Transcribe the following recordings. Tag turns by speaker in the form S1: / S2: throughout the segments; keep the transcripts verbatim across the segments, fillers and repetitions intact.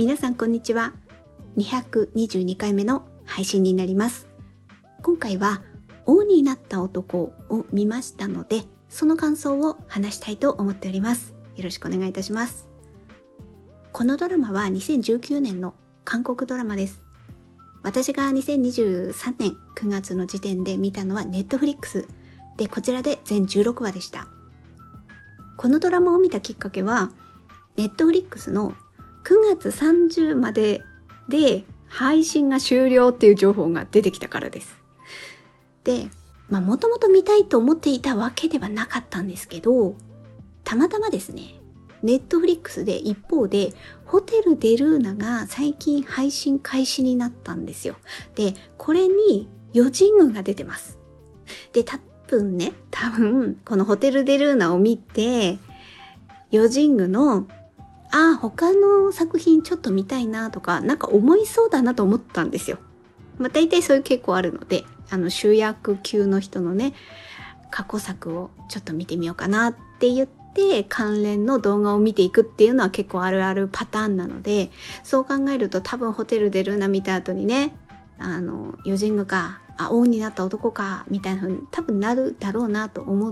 S1: 皆さんこんにちは。にひゃくにじゅうにかいめの配信になります。今回は王になった男を見ましたので、その感想を話したいと思っております。よろしくお願いいたします。このドラマはにせんじゅうきゅうねんの韓国ドラマです。私がにせんにじゅうさんねんくがつの時点で見たのはネットフリックスで、こちらで全じゅうろくわでした。このドラマを見たきっかけは、ネットフリックスのくがつさんじゅうまでで配信が終了っていう情報が出てきたからです。で、まあもともと見たいと思っていたわけではなかったんですけど、たまたまですね、ネットフリックスで一方でホテルデルーナが最近配信開始になったんですよ。で、これにヨジングが出てます。で、多分ね、多分このホテルデルーナを見て、ヨジングのああ、他の作品ちょっと見たいなとか、なんか思いそうだなと思ったんですよ。まあ大体そういう傾向あるので、あの主役級の人のね、過去作をちょっと見てみようかなって言って、関連の動画を見ていくっていうのは結構あるあるパターンなので、そう考えると多分ホテルでルーナ見た後にね、あの、ヨジングか、あ、王になった男か、みたいな風に多分なるだろうなと思って、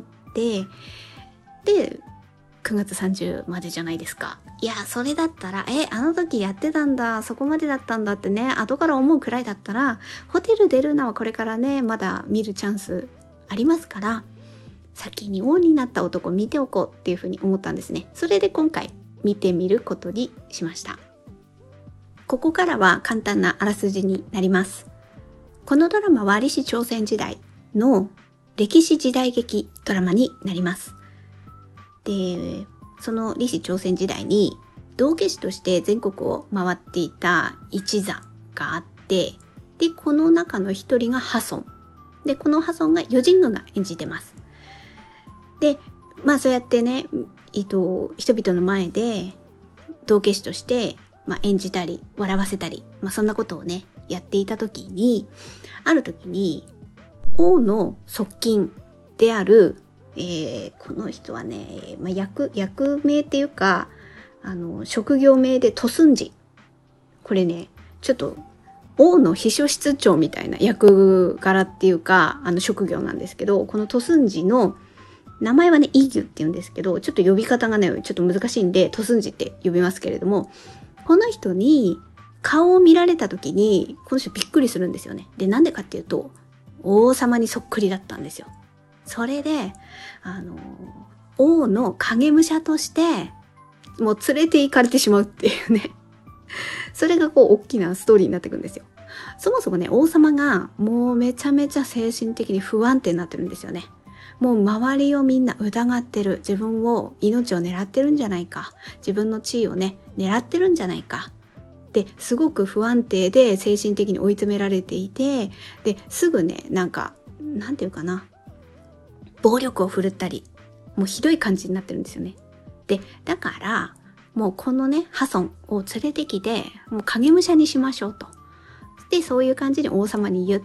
S1: で、くがつさんじゅうまでじゃないですか。いや、それだったら、え、あの時やってたんだ、そこまでだったんだってね、後から思うくらいだったら、ホテル出るのはこれからね、まだ見るチャンスありますから、先に王になった男見ておこうっていうふうに思ったんですね。それで今回見てみることにしました。ここからは簡単なあらすじになります。このドラマは李氏朝鮮時代の歴史時代劇ドラマになります。で、その李氏朝鮮時代に道化師として全国を回っていた一座があって、で、この中の一人がハソン。で、このハソンがヨジングが演じてます。で、まあそうやってね、えっと、人々の前で道化師として、まあ、演じたり、笑わせたり、まあそんなことをね、やっていたときに、あるときに、王の側近であるえー、この人はね、まあ、役、役名っていうか、あの、職業名でトスンジ。これね、ちょっと、王の秘書室長みたいな役柄っていうか、あの職業なんですけど、このトスンジの名前はね、イギュって言うんですけど、ちょっと呼び方がね、ちょっと難しいんで、トスンジって呼びますけれども、この人に顔を見られた時に、この人びっくりするんですよね。で、なんでかっていうと、王様にそっくりだったんですよ。それで、あの、王の影武者として、もう連れて行かれてしまうっていうね。それがこう、大きなストーリーになっていくんですよ。そもそもね、王様がもうめちゃめちゃ精神的に不安定になってるんですよね。もう周りをみんな疑ってる。自分を、命を狙ってるんじゃないか。自分の地位をね、狙ってるんじゃないか。で、すごく不安定で精神的に追い詰められていて、で、すぐね、なんか、なんていうかな。暴力を振るったり、もうひどい感じになってるんですよね。で、だから、もうこのね、ハソンを連れてきて、もう影武者にしましょうと。で、そういう感じに王様に言って、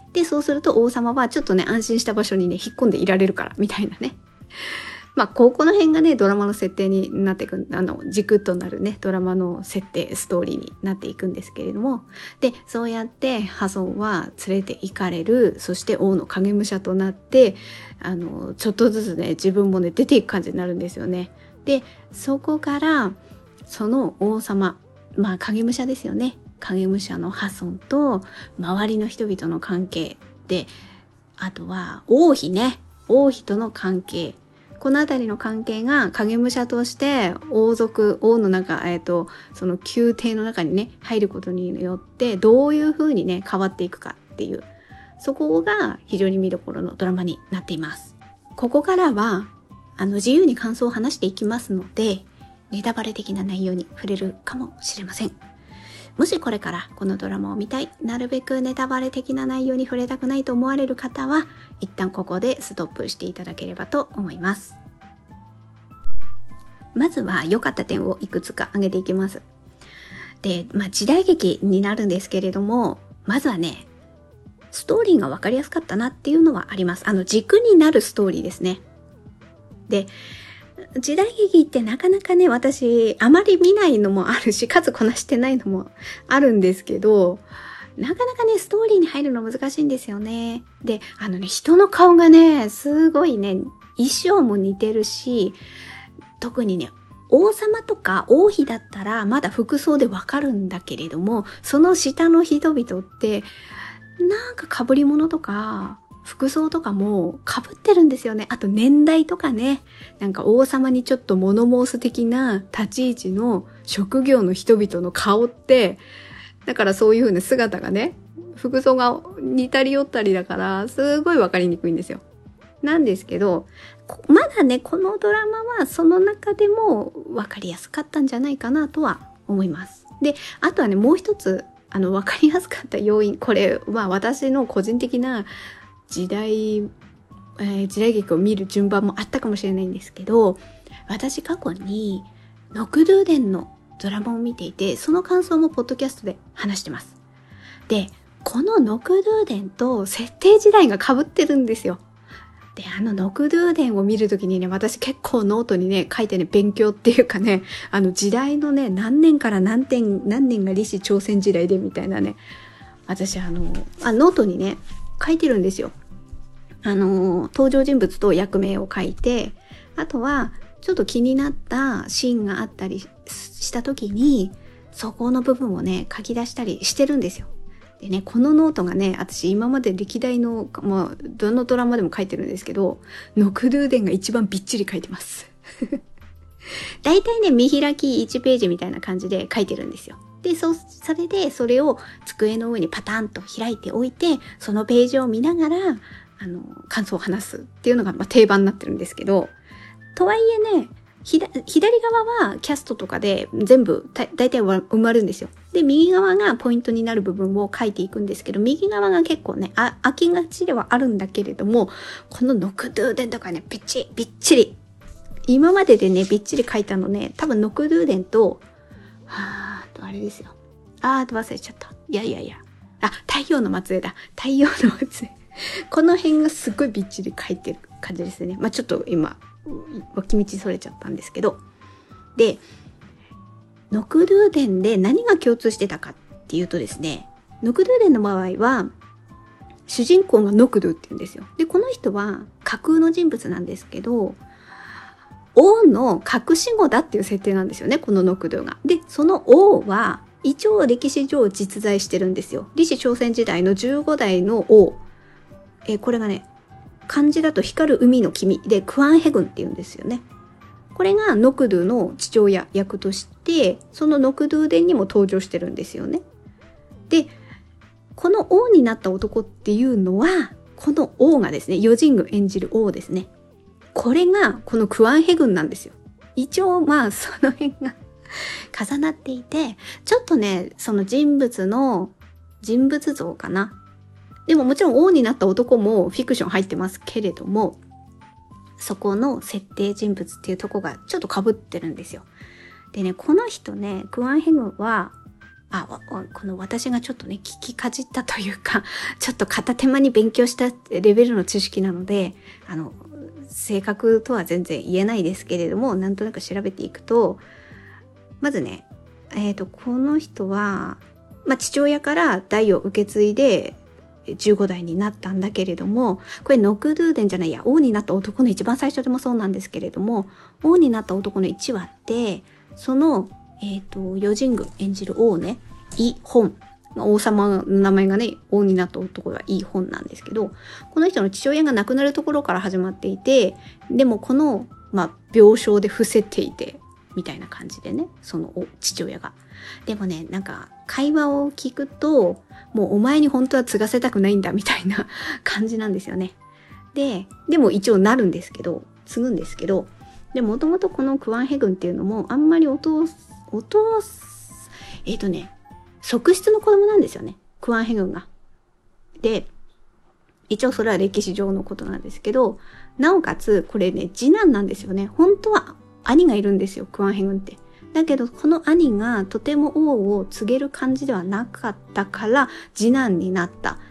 S1: で、そうすると王様はちょっとね、安心した場所にね、引っ込んでいられるから、みたいなね。まあ、ここの辺がね、ドラマの設定になっていく、あの、軸となるね、ドラマの設定、ストーリーになっていくんですけれども、で、そうやってハソンは連れて行かれる、そして王の影武者となって、あの、ちょっとずつね、自分もね、出ていく感じになるんですよね。で、そこから、その王様、まあ、影武者ですよね。影武者のハソンと、周りの人々の関係で、あとは、王妃ね、王妃との関係、このあたりの関係が影武者として王族、王の中、えっと、その宮廷の中にね、入ることによって、どういう風にね、変わっていくかっていう、そこが非常に見どころのドラマになっています。ここからは、あの、自由に感想を話していきますので、ネタバレ的な内容に触れるかもしれません。もしこれからこのドラマを見たい、なるべくネタバレ的な内容に触れたくないと思われる方は、一旦ここでストップしていただければと思います。まずは良かった点をいくつか挙げていきます。で、まあ時代劇になるんですけれども、まずはね、ストーリーが分かりやすかったなっていうのはあります。あの軸になるストーリーですね。で、 時代劇ってなかなかね、私、あまり見ないのもあるし、数こなしてないのもあるんですけど、なかなかね、ストーリーに入るの難しいんですよね。で、あのね、人の顔がね、すごいね、衣装も似てるし、特にね、王様とか王妃だったらまだ服装でわかるんだけれども、その下の人々って、なんか被り物とか、服装とかも被ってるんですよね。あと年代とかね。なんか王様にちょっと物申す的な立ち位置の職業の人々の顔って、だからそういう風な姿がね、服装が似たり寄ったりだから、すごいわかりにくいんですよ。なんですけど、まだね、このドラマはその中でもわかりやすかったんじゃないかなとは思います。で、あとはね、もう一つ、あの、わかりやすかった要因、これは私の個人的な時代、えー、時代劇を見る順番もあったかもしれないんですけど、私過去にノクドゥーデンのドラマを見ていて、その感想もポッドキャストで話してます。で、このノクドゥーデンと設定時代が被ってるんですよ。で、あのノクドゥーデンを見るときにね、私結構ノートにね、書いてね、勉強っていうかね、あの時代のね、何年から何年、何年が李氏朝鮮時代でみたいなね、私あの、あ、ノートにね、書いてるんですよ。あの、登場人物と役名を書いて、あとは、ちょっと気になったシーンがあったりしたときに、そこの部分をね、書き出したりしてるんですよ。でね、このノートがね、私今まで歴代の、まあ、どのドラマでも書いてるんですけど、ノクドゥーデンが一番びっちり書いてます。だいたいね、見開きいちページみたいな感じで書いてるんですよ。で、そ、それで、それを机の上にパタンと開いておいて、そのページを見ながら、あの、感想を話すっていうのが、まあ、定番になってるんですけど、とはいえね、左側はキャストとかで全部だいたい埋まるんですよ。で、右側がポイントになる部分を書いていくんですけど、右側が結構ね、あ空きがちではあるんだけれども、このノクドゥーデンとかね、びっちり、びっちり。今まででね、びっちり書いたのね、多分ノクドゥーデンと、はーとあれですよ。あーと忘れちゃった。いやいやいや。あ、太陽の末裔だ。太陽の末裔。この辺がすごいびっちり書いてる感じですね。まあちょっと今、脇道それちゃったんですけど。で、ノクドゥーデンで何が共通してたかっていうとですね、ノクドゥーデンの場合は、主人公がノクドゥって言うんですよ。で、この人は架空の人物なんですけど、王の隠し子だっていう設定なんですよね、このノクドゥが。で、その王は、一応歴史上実在してるんですよ。李氏朝鮮時代のじゅうご代の王。えー、これがね、漢字だと光る海の君でクアンヘグンって言うんですよね。これがノクドゥの父親役として、そのノクドゥ伝にも登場してるんですよね。で、この王になった男っていうのは、この王がですね、ヨジング演じる王ですね。これがこのクアンヘグンなんですよ。一応まあその辺が重なっていて、ちょっとね、その人物の人物像かな。でももちろん王になった男もフィクション入ってますけれども、そこの設定人物っていうとこがちょっと被ってるんですよ。でね、この人ね、クアンヘグンは、あ、この私がちょっとね、聞きかじったというか、ちょっと片手間に勉強したレベルの知識なので、あの、正確とは全然言えないですけれども、なんとなく調べていくと、まずね、えっと、この人は、まあ、父親から代を受け継いで、じゅうご代になったんだけれども、これノクドゥ伝じゃないや、王になった男の一番最初でもそうなんですけれども、王になった男のいちわって、その、えっと、ヨジング演じる王ね、イ・ホン。王様の名前がね、王になった男はイ・ホンなんですけど、この人の父親が亡くなるところから始まっていて、でもこの、まあ、病床で伏せていて、みたいな感じでね、その父親が。でもね、なんか会話を聞くと、もうお前に本当は継がせたくないんだみたいな感じなんですよね。で、でも一応なるんですけど、継ぐんですけど、で、もともとこのクアンヘグンっていうのもあんまりお父、お父、えっとね、側室の子供なんですよね、クアンヘグンが。で、一応それは歴史上のことなんですけど、なおかつこれね、次男なんですよね。本当は兄がいるんですよ、クアンヘグンって。だけど、この兄がとても王を告げる感じではなかったから、次男になった。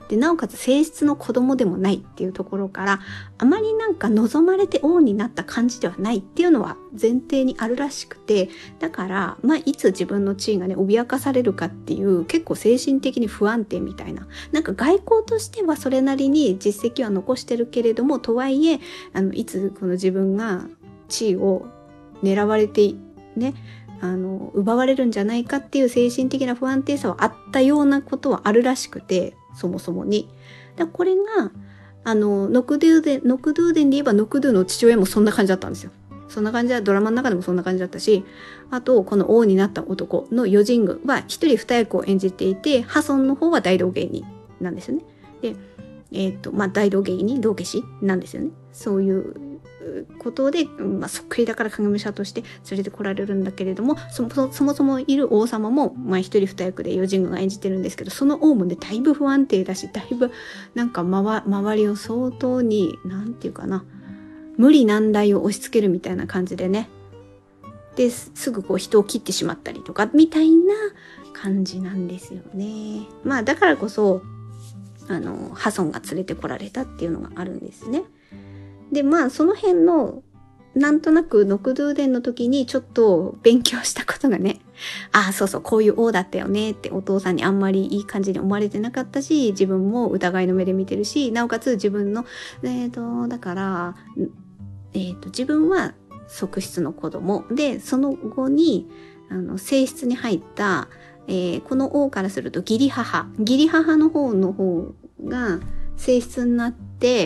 S1: で、なおかつ正室の子供でもないっていうところから、あまりなんか望まれて王になった感じではないっていうのは前提にあるらしくて、だから、まあ、いつ自分の地位がね、脅かされるかっていう、結構精神的に不安定みたいな。なんか外交としてはそれなりに実績は残してるけれども、とはいえ、あの、いつこの自分が地位を狙われて、ね、あの、奪われるんじゃないかっていう精神的な不安定さはあったようなことはあるらしくて、そもそもに。だこれが、あの、ノクドゥーデン、ノクドゥーデンで言えばノクドゥの父親もそんな感じだったんですよ。そんな感じはドラマの中でもそんな感じだったし、あと、この王になった男のヨジングは一人二役を演じていて、ハソンの方は大道芸人なんですよね。で、えっと、まあ、大道芸人、道化師なんですよね。そういうことで、まあ、そっくりだから影武者として連れてこられるんだけれども、そもそもそもそもいる王様も、まあ、一人二役でヨジングが演じてるんですけど、その王もね、だいぶ不安定だし、だいぶ、なんか、まわ、周りを相当に、なんていうかな、無理難題を押し付けるみたいな感じでね。で、すぐこう人を切ってしまったりとか、みたいな感じなんですよね。まあ、だからこそ、あの、ハソンが連れてこられたっていうのがあるんですね。で、まあ、その辺の、なんとなくノクドゥーデンの時にちょっと勉強したことがね、ああ、そうそう、こういう王だったよねってお父さんにあんまりいい感じに思われてなかったし、自分も疑いの目で見てるし、なおかつ自分の、えっと、だから、えっと、自分は側室の子供で、その後に、あの、正室に入った、えー、この王からすると義理母、義理母の方の方が正室になって、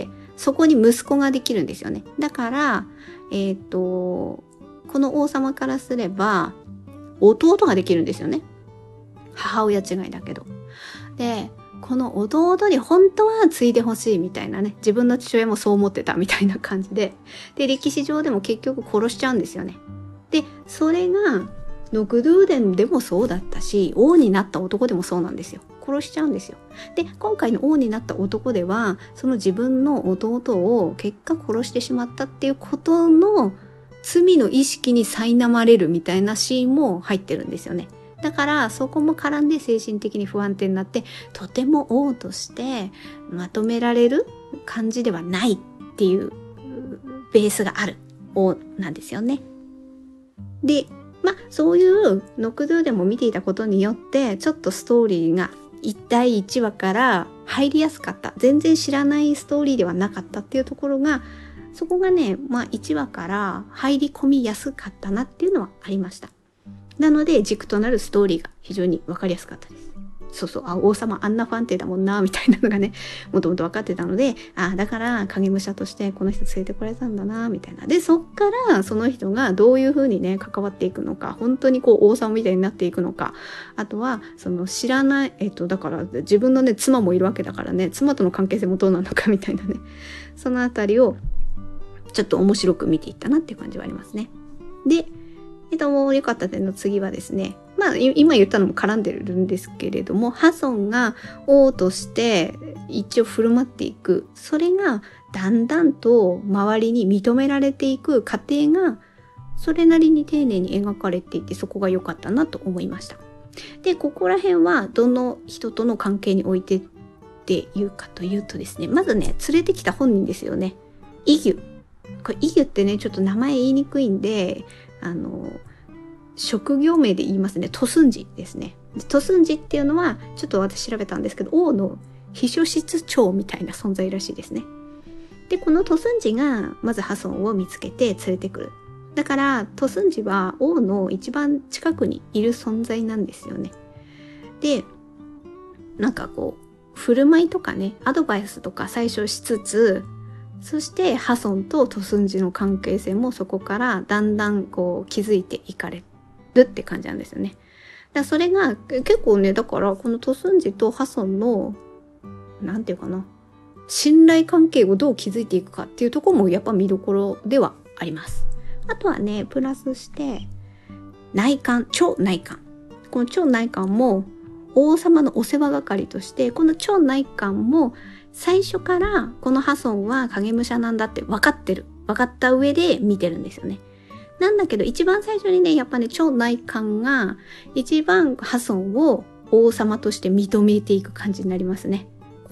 S1: そこに息子ができるんですよね。だから、えっと、この王様からすれば、弟ができるんですよね。母親違いだけど。で、この弟に本当は継いでほしいみたいなね、自分の父親もそう思ってたみたいな感じで、で、歴史上でも結局殺しちゃうんですよね。で、それが、ノクドゥーデンでもそうだったし、王になった男でもそうなんですよ。殺しちゃうんですよ。で、今回の王になった男では、その自分の弟を結果殺してしまったっていうことの罪の意識に苛まれるみたいなシーンも入ってるんですよね。だからそこも絡んで精神的に不安定になって、とても王としてまとめられる感じではないっていうベースがある王なんですよね。で、まあそういうノクドゥでも見ていたことによって、ちょっとストーリーがだいいちわから入りやすかった。全然知らないストーリーではなかったっていうところが、そこがね、まあいちわから入り込みやすかったなっていうのはありました。なので軸となるストーリーが非常にわかりやすかったです。そうそう、あ、王様あんな不安定だもんな、みたいなのがね、もともと分かってたので、あ、だから影武者としてこの人連れてこられたんだな、みたいな。で、そっからその人がどういうふうにね、関わっていくのか、本当にこう王様みたいになっていくのか、あとは、その知らない、えっと、だから自分のね、妻もいるわけだからね、妻との関係性もどうなのか、みたいなね。そのあたりを、ちょっと面白く見ていったなっていう感じはありますね。で、えっと、良かった点の次はですね、まあ、今言ったのも絡んでるんですけれども、ハソンが王として一応振る舞っていく。それがだんだんと周りに認められていく過程が、それなりに丁寧に描かれていて、そこが良かったなと思いました。で、ここら辺はどの人との関係においてっていうかというとですね、まずね、連れてきた本人ですよね。イギュ。これイギュってね、ちょっと名前言いにくいんで、あの、職業名で言いますね。トスンジですね。トスンジっていうのは、ちょっと私調べたんですけど、王の秘書室長みたいな存在らしいですね。で、このトスンジが、まずハソンを見つけて連れてくる。だから、トスンジは王の一番近くにいる存在なんですよね。で、なんかこう、振る舞いとかね、アドバイスとか最初しつつ、そしてハソンとトスンジの関係性もそこからだんだんこう築いていかれるって感じなんですよね。だからそれが結構ね、だからこのトスンジとハソンのなんていうかな、信頼関係をどう築いていくかっていうところもやっぱ見どころではあります。あとはね、プラスして内官、超内官。この超内官も王様のお世話係として、この超内官も最初からこのハソンは影武者なんだって分かってる。分かった上で見てるんですよね。なんだけど一番最初にね、やっぱね、超内官が一番ハソンを王様として認めていく感じになりますね。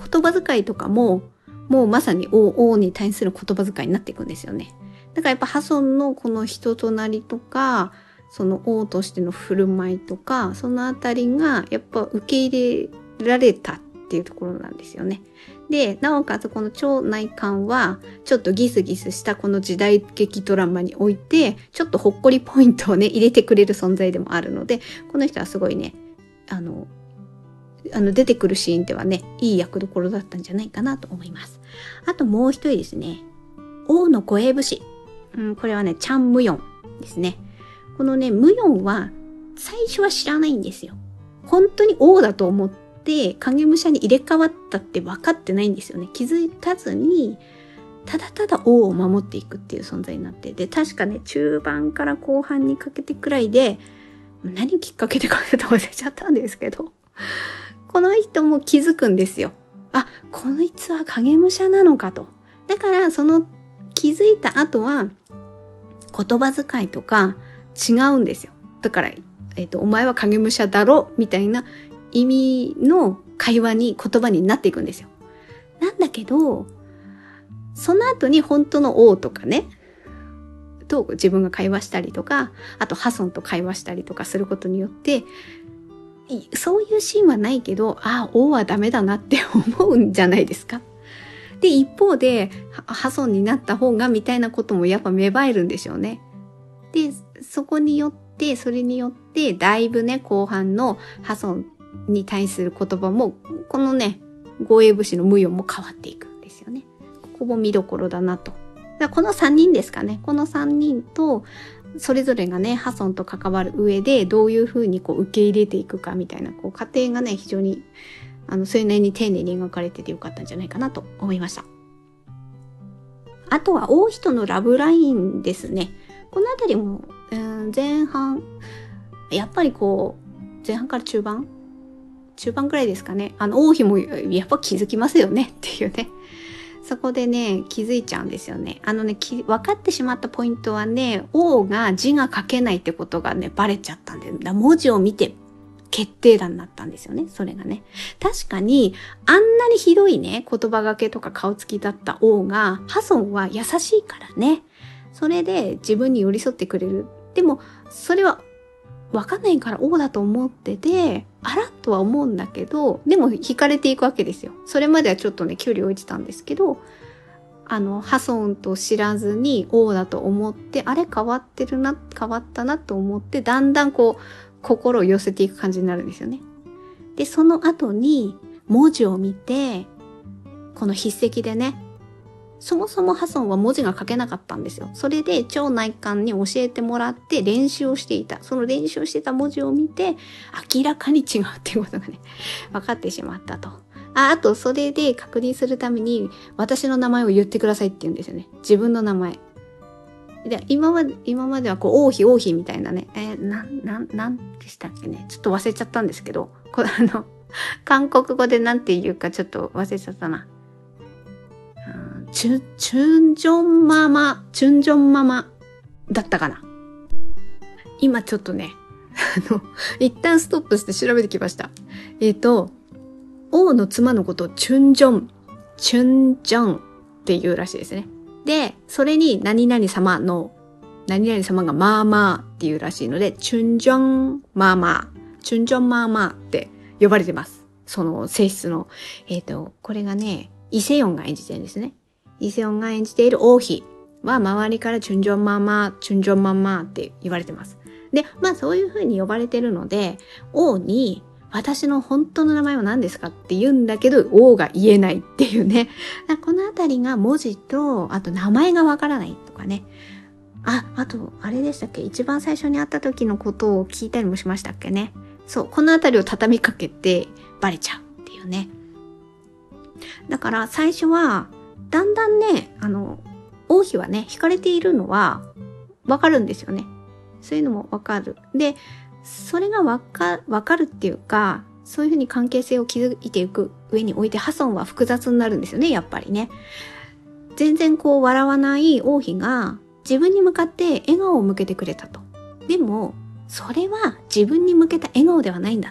S1: 言葉遣いとかも、もうまさに王、王に対する言葉遣いになっていくんですよね。だからやっぱハソンのこの人となりとか、その王としての振る舞いとか、そのあたりがやっぱ受け入れられたっていうところなんですよね。で、なおかつこの超内観は、ちょっとギスギスしたこの時代劇ドラマにおいて、ちょっとほっこりポイントをね、入れてくれる存在でもあるので、この人はすごいね、あの、あの出てくるシーンではね、いい役どころだったんじゃないかなと思います。あともう一人ですね、王の護衛武士。うん、これはね、チャン・ムヨンですね。このね、ムヨンは最初は知らないんですよ。本当に王だと思って影武者に入れ替わったって分かってないんですよね。気づかずに、ただただ王を守っていくっていう存在になって。で、確かね、中盤から後半にかけてくらいで、何きっかけでかちょっと忘れちゃったんですけど、この人も気づくんですよ。あ、こいつは影武者なのかと。だからその気づいた後は言葉遣いとか違うんですよ。だから、えっと、お前は影武者だろみたいな意味の会話に言葉になっていくんですよ。なんだけど、その後に本当の王とかね、と自分が会話したりとか、あとハソンと会話したりとかすることによって、そういうシーンはないけど、ああ、王はダメだなって思うんじゃないですか。で、一方で、ハソンになった方がみたいなこともやっぱ芽生えるんでしょうね。で、そこによって、それによって、だいぶね、後半のハソンに対する言葉も、このね、護衛武士のムヨンも変わっていくんですよね。ここも見どころだなと。だこのさんにんですかね。このさんにんと、それぞれがね、ハソンと関わる上で、どういうふうにこう受け入れていくかみたいな、こう過程がね、非常に、あの、青年に丁寧に描かれててよかったんじゃないかなと思いました。あとは、王妃とのラブラインですね。このあたりも、うん、前半、やっぱりこう、前半から中盤中盤くらいですかね。あの、王妃もやっぱ気づきますよねっていうね。そこでね、気づいちゃうんですよね。あのね、分かってしまったポイントはね、王が字が書けないってことがね、バレちゃったんで、だ文字を見て決定打になったんですよね、それがね。確かに、あんなにひどいね、言葉がけとか顔つきだった王が、ハソンは優しいからね。それで自分に寄り添ってくれる。でも、それは分かんないから王だと思ってて、あらとは思うんだけど、でも惹かれていくわけですよ。それまではちょっとね、距離を置いてたんですけど、あの、ハソンと知らずに王だと思って、あれ変わってるな、変わったなと思って、だんだんこう、心を寄せていく感じになるんですよね。で、その後に文字を見て、この筆跡でね、そもそもハソンは文字が書けなかったんですよ。それで超内観に教えてもらって練習をしていた。その練習をしてた文字を見て、明らかに違うっていうことがね、分かってしまったと。あ、あと、それで確認するために、私の名前を言ってくださいって言うんですよね。自分の名前。で、今まで、今まではこう、王妃王妃みたいなね、えー、なん、なん、なんでしたっけね。ちょっと忘れちゃったんですけど、これあの、韓国語でなんて言うかちょっと忘れちゃったな。チュ、チュンジョンママ、チュンジョンママだったかな。今ちょっとね、あの、一旦ストップして調べてきました。えっと、王の妻のことをチュンジョン、チュンジョンっていうらしいですね。で、それに何々様の、何々様がマーマーっていうらしいので、チュンジョンマーマー、チュンジョンマーマーって呼ばれてます。その性質の。えっと、これがね、イセヨンが演じてるんですね。イセヨンが演じている王妃は周りからチュンジョンママ、チュンジョンママって言われてます。で、まあそういう風に呼ばれてるので、王に私の本当の名前は何ですかって言うんだけど、王が言えないっていうね。このあたりが文字と、あと名前がわからないとかね。あ、あと、あれでしたっけ？一番最初に会った時のことを聞いたりもしましたっけね。そう、このあたりを畳みかけてバレちゃうっていうね。だから最初は、だんだんね、あの、王妃はね、惹かれているのはわかるんですよね。そういうのもわかる。で、それがわか、わかるっていうか、そういうふうに関係性を築いていく上において、ハソンは複雑になるんですよね、やっぱりね。全然こう笑わない王妃が自分に向かって笑顔を向けてくれたと。でも、それは自分に向けた笑顔ではないんだと。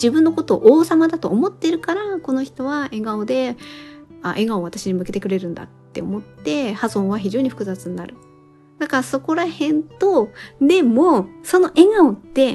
S1: 自分のことを王様だと思ってるから、この人は笑顔で、あ、笑顔を私に向けてくれるんだって思って、ハソンは非常に複雑になる。だからそこら辺と、でも、その笑顔って、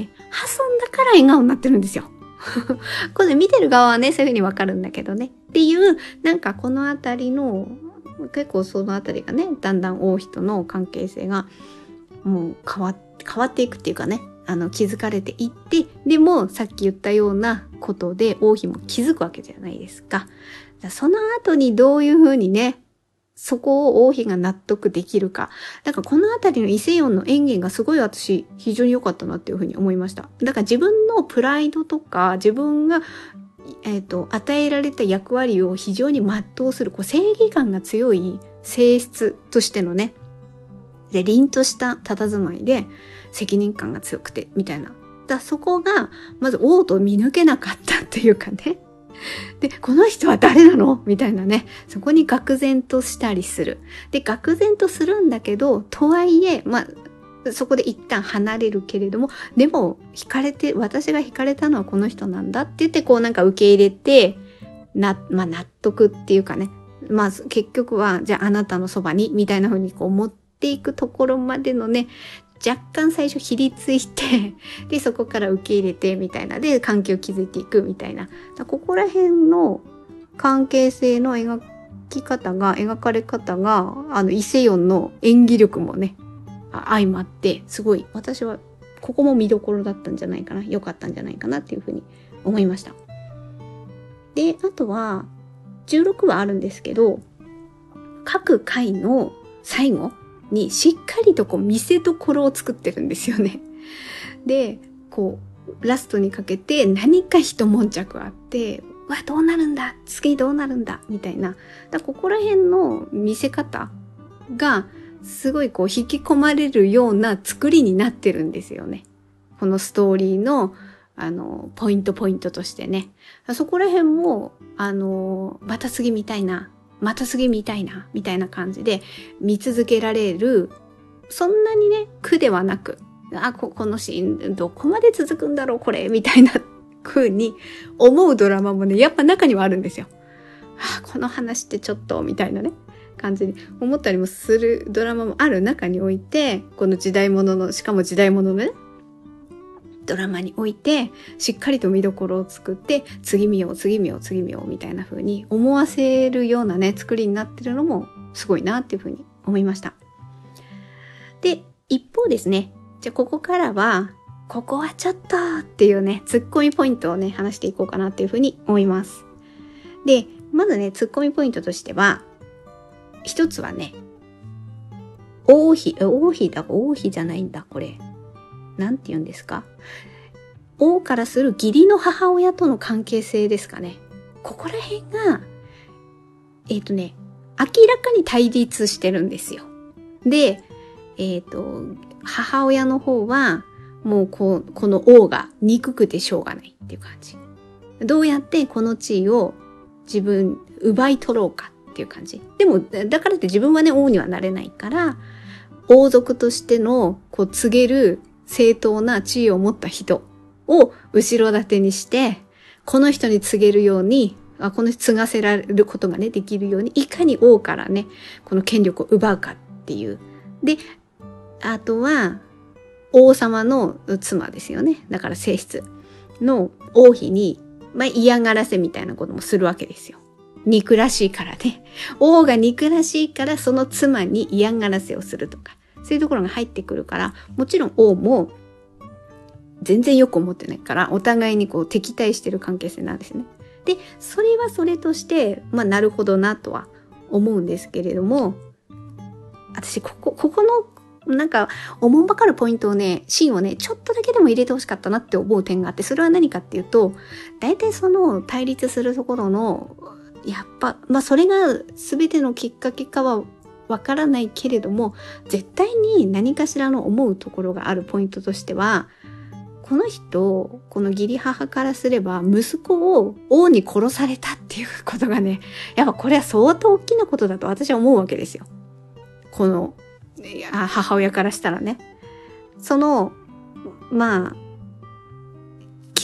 S1: ハソンだから笑顔になってるんですよ。これ見てる側はね、そういう風にわかるんだけどね。っていう、なんかこのあたりの、結構そのあたりがね、だんだん王妃との関係性が、もう変わって、変わっていくっていうかね、あの、気づかれていって、でも、さっき言ったようなことで、王妃も気づくわけじゃないですか。その後にどういう風にね、そこを王妃が納得できるか。だからこのあたりのイ・セヨンの演技がすごい私非常に良かったなっていうふうに思いました。だから自分のプライドとか自分が、えっと、与えられた役割を非常に全うする、こう正義感が強い性質としてのね、で、凛とした佇まいで責任感が強くてみたいな。だそこがまず王と見抜けなかったっていうかね。で、この人は誰なのみたいなね。そこに愕然としたりする。で、愕然とするんだけど、とはいえ、まあ、そこで一旦離れるけれども、でも、惹かれて、私が惹かれたのはこの人なんだって言って、こうなんか受け入れて、な、まあ納得っていうかね。まあ結局は、じゃああなたのそばに、みたいな風にこう持っていくところまでのね、若干最初ひりついて、で、そこから受け入れて、みたいな。で、関係を築いていく、みたいな。ここら辺の関係性の描き方が、描かれ方が、あの、イ・セヨンの演技力もね、相まって、すごい、私は、ここも見どころだったんじゃないかな。良かったんじゃないかなっていうふうに思いました。で、あとは、じゅうろくわあるんですけど、各回の最後、にしっかりとこう見せどころを作ってるんですよね。で、こうラストにかけて何か一悶着あって、うわどうなるんだ、次どうなるんだみたいな。だここら辺の見せ方がすごいこう引き込まれるような作りになってるんですよね。このストーリーのあのポイントポイントとしてね。そこら辺もあのまた次見たいな。また次見たいな、みたいな感じで見続けられる、そんなにね、苦ではなく、あ、こ、このシーンどこまで続くんだろう、これ、みたいな風に思うドラマもね、やっぱ中にはあるんですよ。あ、この話ってちょっと、みたいなね、感じに思ったりもするドラマもある中において、この時代物の、しかも時代物のね、ドラマにおいてしっかりと見どころを作って次見よう次見よう次見ようみたいな風に思わせるようなね作りになってるのもすごいなっていう風に思いました。で一方ですね、じゃあここからはここはちょっとっていうねツッコミポイントをね話していこうかなっていう風に思います。でまずねツッコミポイントとしては一つはね王妃王妃だ王妃じゃないんだこれなんて言うんですか？王からする義理の母親との関係性ですかね。ここら辺が、えっとね、明らかに対立してるんですよ。で、えっと、母親の方は、もうこう、この王が憎くてしょうがないっていう感じ。どうやってこの地位を自分、奪い取ろうかっていう感じ。でも、だからって自分はね、王にはなれないから、王族としての、こう、告げる、正当な地位を持った人を後ろ盾にして、この人に告げるように、あこの人継がせられることがね、できるように、いかに王からね、この権力を奪うかっていう。で、あとは、王様の妻ですよね。だから正室の王妃に、まあ、嫌がらせみたいなこともするわけですよ。憎らしいからね。王が憎らしいからその妻に嫌がらせをするとか。そういうところが入ってくるから、もちろん王も全然よく思ってないから、お互いにこう敵対してる関係性なんですね。で、それはそれとして、まあなるほどなとは思うんですけれども、私ここ、ここのなんかおもんばかるポイントをね、シーンをね、ちょっとだけでも入れてほしかったなって思う点があって、それは何かっていうと、大体その対立するところの、やっぱ、まあそれが全てのきっかけかはわからないけれども、絶対に何かしらの思うところがあるポイントとしては、この人、この義理母からすれば、息子を王に殺されたっていうことがね、やっぱこれは相当大きなことだと私は思うわけですよ。この、母親からしたらね。その、まあ、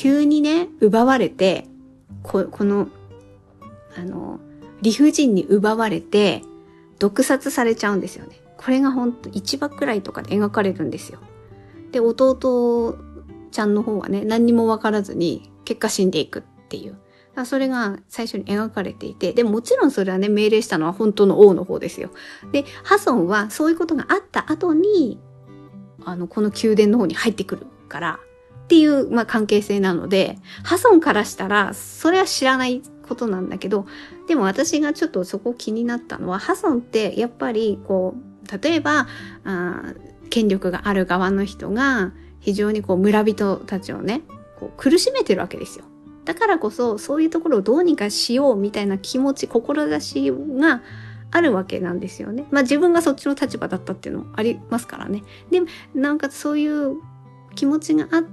S1: 急にね、奪われて、こ、この、あの、理不尽に奪われて、毒殺されちゃうんですよね。これがほんといちわくらいとかで描かれるんですよ。で、弟ちゃんの方はね、何にもわからずに、結果死んでいくっていう。それが最初に描かれていて、でももちろんそれはね、命令したのは本当の王の方ですよ。で、ハソンはそういうことがあった後に、あの、この宮殿の方に入ってくるから、っていう、まあ、関係性なので、ハソンからしたら、それは知らないことなんだけど、でも私がちょっとそこ気になったのは、ハソンってやっぱりこう、例えば、あ権力がある側の人が、非常にこう村人たちをね、こう苦しめてるわけですよ。だからこそ、そういうところをどうにかしようみたいな気持ち、志があるわけなんですよね。まあ自分がそっちの立場だったっていうのもありますからね。で、なんかそういう気持ちがあって、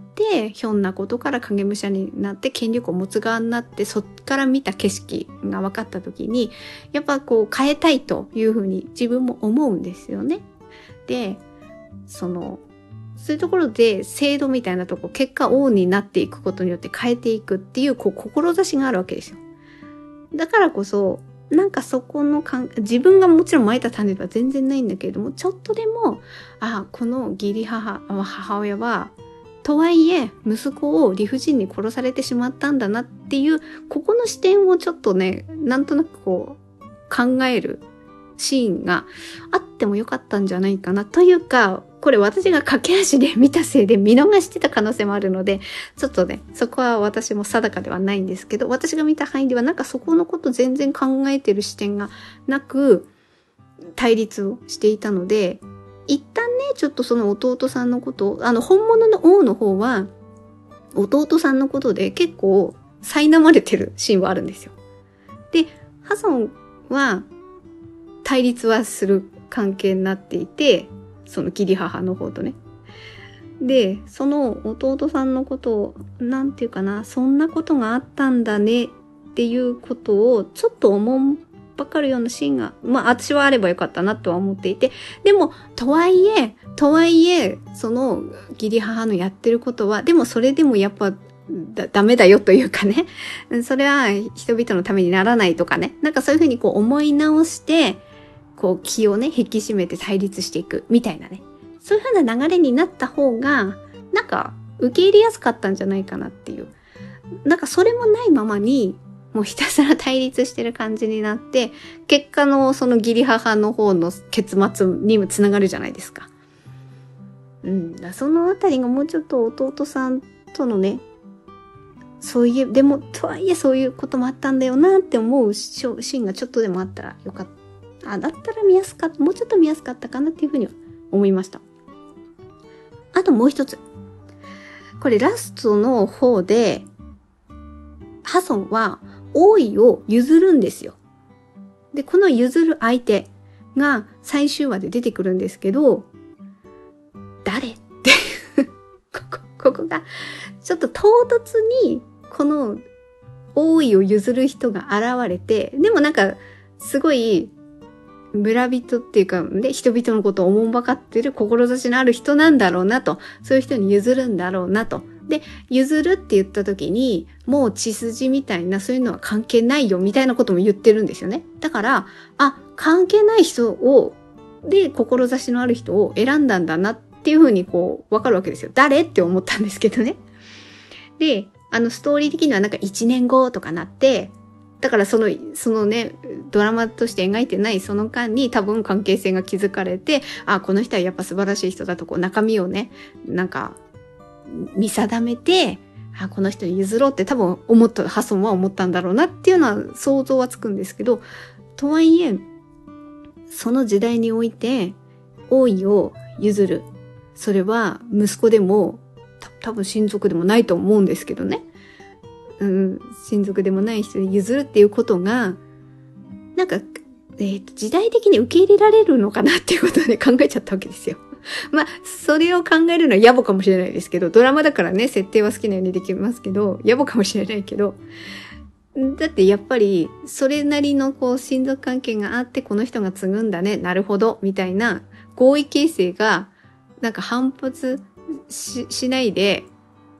S1: ひょんなことから影武者になって権力を持つ側になって、そっから見た景色が分かった時に、やっぱこう変えたいというふうに自分も思うんですよね。で、その、そういうところで制度みたいなとこ、結果王になっていくことによって変えていくっていう、こう、志があるわけですよ。だからこそ、なんかそこのかん、自分がもちろん巻いた種では全然ないんだけれども、ちょっとでも、あ、この義理母、母親は、とはいえ、息子を理不尽に殺されてしまったんだなっていう、ここの視点をちょっとね、なんとなくこう、考えるシーンがあってもよかったんじゃないかなというか、これ私が駆け足で見たせいで見逃してた可能性もあるので、ちょっとね、そこは私も定かではないんですけど、私が見た範囲ではなんかそこのこと全然考えてる視点がなく、対立をしていたので、一旦ね、ちょっとその弟さんのことを、あの本物の王の方は、弟さんのことで結構苛まれてるシーンはあるんですよ。で、ハソンは対立はする関係になっていて、その義理母の方とね。で、その弟さんのことを、なんていうかな、そんなことがあったんだねっていうことをちょっと思うばかるようなシーンが、まあ私はあればよかったなとは思っていて、でも、とはいえ、とはいえ、その義理母のやってることは、でもそれでもやっぱだダメだよというかね、それは人々のためにならないとかね、なんかそういうふうにこう思い直して、こう気をね、引き締めて対立していくみたいなね。そういう風な流れになった方が、なんか受け入れやすかったんじゃないかなっていう。なんかそれもないままに、もうひたすら対立してる感じになって、結果のその義理母の方の結末にもつながるじゃないですか。うん。だそのあたりがもうちょっと弟さんとのね、そういう、でも、とはいえそういうこともあったんだよなって思うシーンがちょっとでもあったらよかった。あ、だったら見やすかった、もうちょっと見やすかったかなっていうふうには思いました。あともう一つ。これラストの方で、ハソンは王位を譲るんですよ。で、この譲る相手が最終話で出てくるんですけど、誰ってここ、ここが、ちょっと唐突にこの王位を譲る人が現れて、でもなんか、すごい、村人っていうか、ね、人々のことを思うばかってる志のある人なんだろうなと。そういう人に譲るんだろうなと。で、譲るって言った時に、もう血筋みたいな、そういうのは関係ないよ、みたいなことも言ってるんですよね。だから、あ、関係ない人を、で、志のある人を選んだんだなっていうふうにこう、わかるわけですよ。誰って思ったんですけどね。で、あの、ストーリー的にはなんかいちねんごとかなって、だからその、そのね、ドラマとして描いてないその間に多分関係性が築かれて、あ、この人はやっぱ素晴らしい人だとこう中身をね、なんか見定めて、あ、この人に譲ろうって多分思った、ハソンは思ったんだろうなっていうのは想像はつくんですけど、とはいえ、その時代において王位を譲る。それは息子でも、た多分親族でもないと思うんですけどね。うん、親族でもない人に譲るっていうことが、なんか、えーと、時代的に受け入れられるのかなっていうことをね、考えちゃったわけですよ。まあ、それを考えるのは野暮かもしれないですけど、ドラマだからね、設定は好きなようにできますけど、野暮かもしれないけど、だってやっぱり、それなりのこう、親族関係があって、この人が継ぐんだね、なるほど、みたいな合意形成が、なんか反発し、しないで、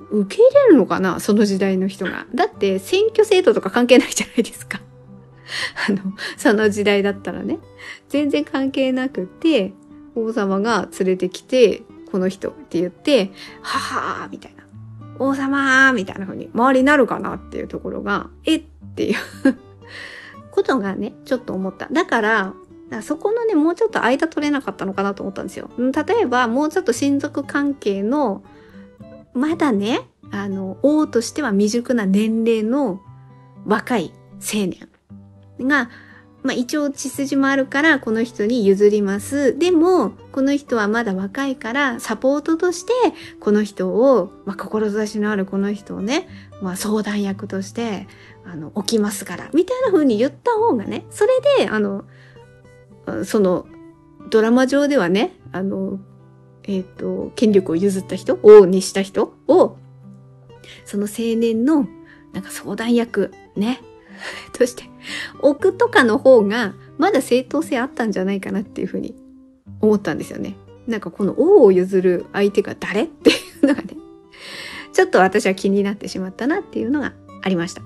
S1: 受け入れるのかな、その時代の人が。だって選挙制度とか関係ないじゃないですか。あの、その時代だったらね。全然関係なくて、王様が連れてきて、この人って言って、ははーみたいな。王様ーみたいな風に周りになるかなっていうところが、えっていうことがね、ちょっと思った。だから、そこのね、もうちょっと間取れなかったのかなと思ったんですよ。例えば、もうちょっと親族関係の、まだね、あの、王としては未熟な年齢の若い青年が、まあ一応血筋もあるからこの人に譲ります。でも、この人はまだ若いからサポートとしてこの人を、まあ志のあるこの人をね、まあ相談役として、あの、置きますから、みたいな風に言った方がね、それで、あの、その、ドラマ上ではね、あの、えっと、権力を譲った人、王にした人を、その青年の、なんか相談役、ね、として、置くとかの方が、まだ正当性あったんじゃないかなっていうふうに思ったんですよね。なんかこの王を譲る相手が誰っていうのがね、ちょっと私は気になってしまったなっていうのがありました。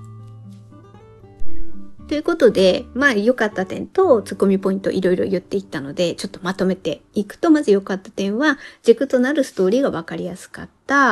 S1: ということで、まあ良かった点とツッコミポイントいろいろ言っていったので、ちょっとまとめていくと、まず良かった点は、軸となるストーリーがわかりやすかった。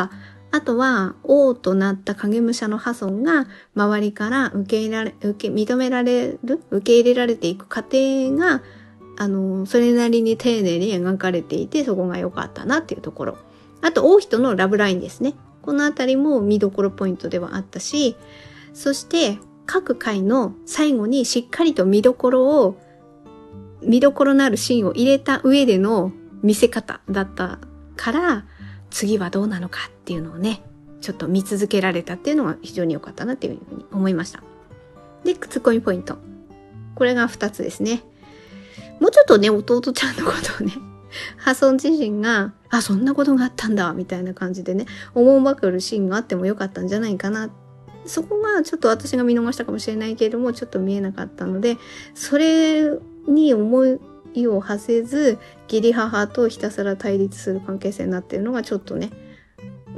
S1: あとは、王となった影武者の破損が、周りから受け入れられ、受け、認められる、受け入れられていく過程が、あの、それなりに丁寧に描かれていて、そこが良かったなっていうところ。あと、王妃とのラブラインですね。このあたりも見どころポイントではあったし、そして、各回の最後にしっかりと見どころを、見どころのあるシーンを入れた上での見せ方だったから、次はどうなのかっていうのをね、ちょっと見続けられたっていうのが非常に良かったなっていうふうに思いました。で、ツッコミポイント。これがふたつですね。もうちょっとね、弟ちゃんのことをね、ハソン自身が、あ、そんなことがあったんだ、みたいな感じでね、思うばかるシーンがあってもよかったんじゃないかな。そこがちょっと私が見逃したかもしれないけれども、ちょっと見えなかったので、それに思いを馳せず、義理母とひたすら対立する関係性になっているのがちょっとね、うん、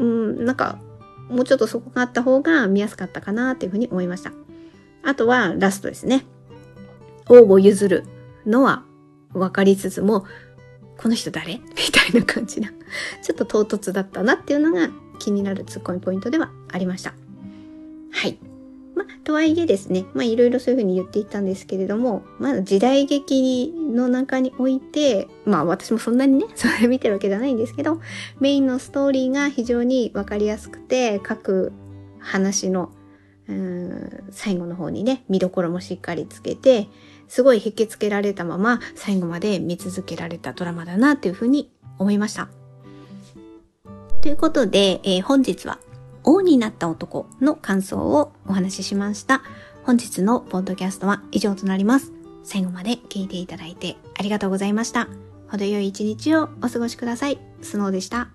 S1: なんか、もうちょっとそこがあった方が見やすかったかなっていうふうに思いました。あとはラストですね。王を譲るのは分かりつつも、この人誰みたいな感じな。ちょっと唐突だったなっていうのが気になるツッコミポイントではありました。はい。まあ、とはいえですね、まあ、いろいろそういうふうに言っていったんですけれども、まあ、時代劇の中において、まあ、私もそんなにね、それ見てるわけじゃないんですけど、メインのストーリーが非常にわかりやすくて、各話の、うーん、最後の方にね、見どころもしっかりつけて、すごい引きつけられたまま、最後まで見続けられたドラマだな、というふうに思いました。ということで、えー、本日は、王になった男の感想をお話ししました。本日のポッドキャストは以上となります。最後まで聞いていただいてありがとうございました。程よい一日をお過ごしください。スノーでした。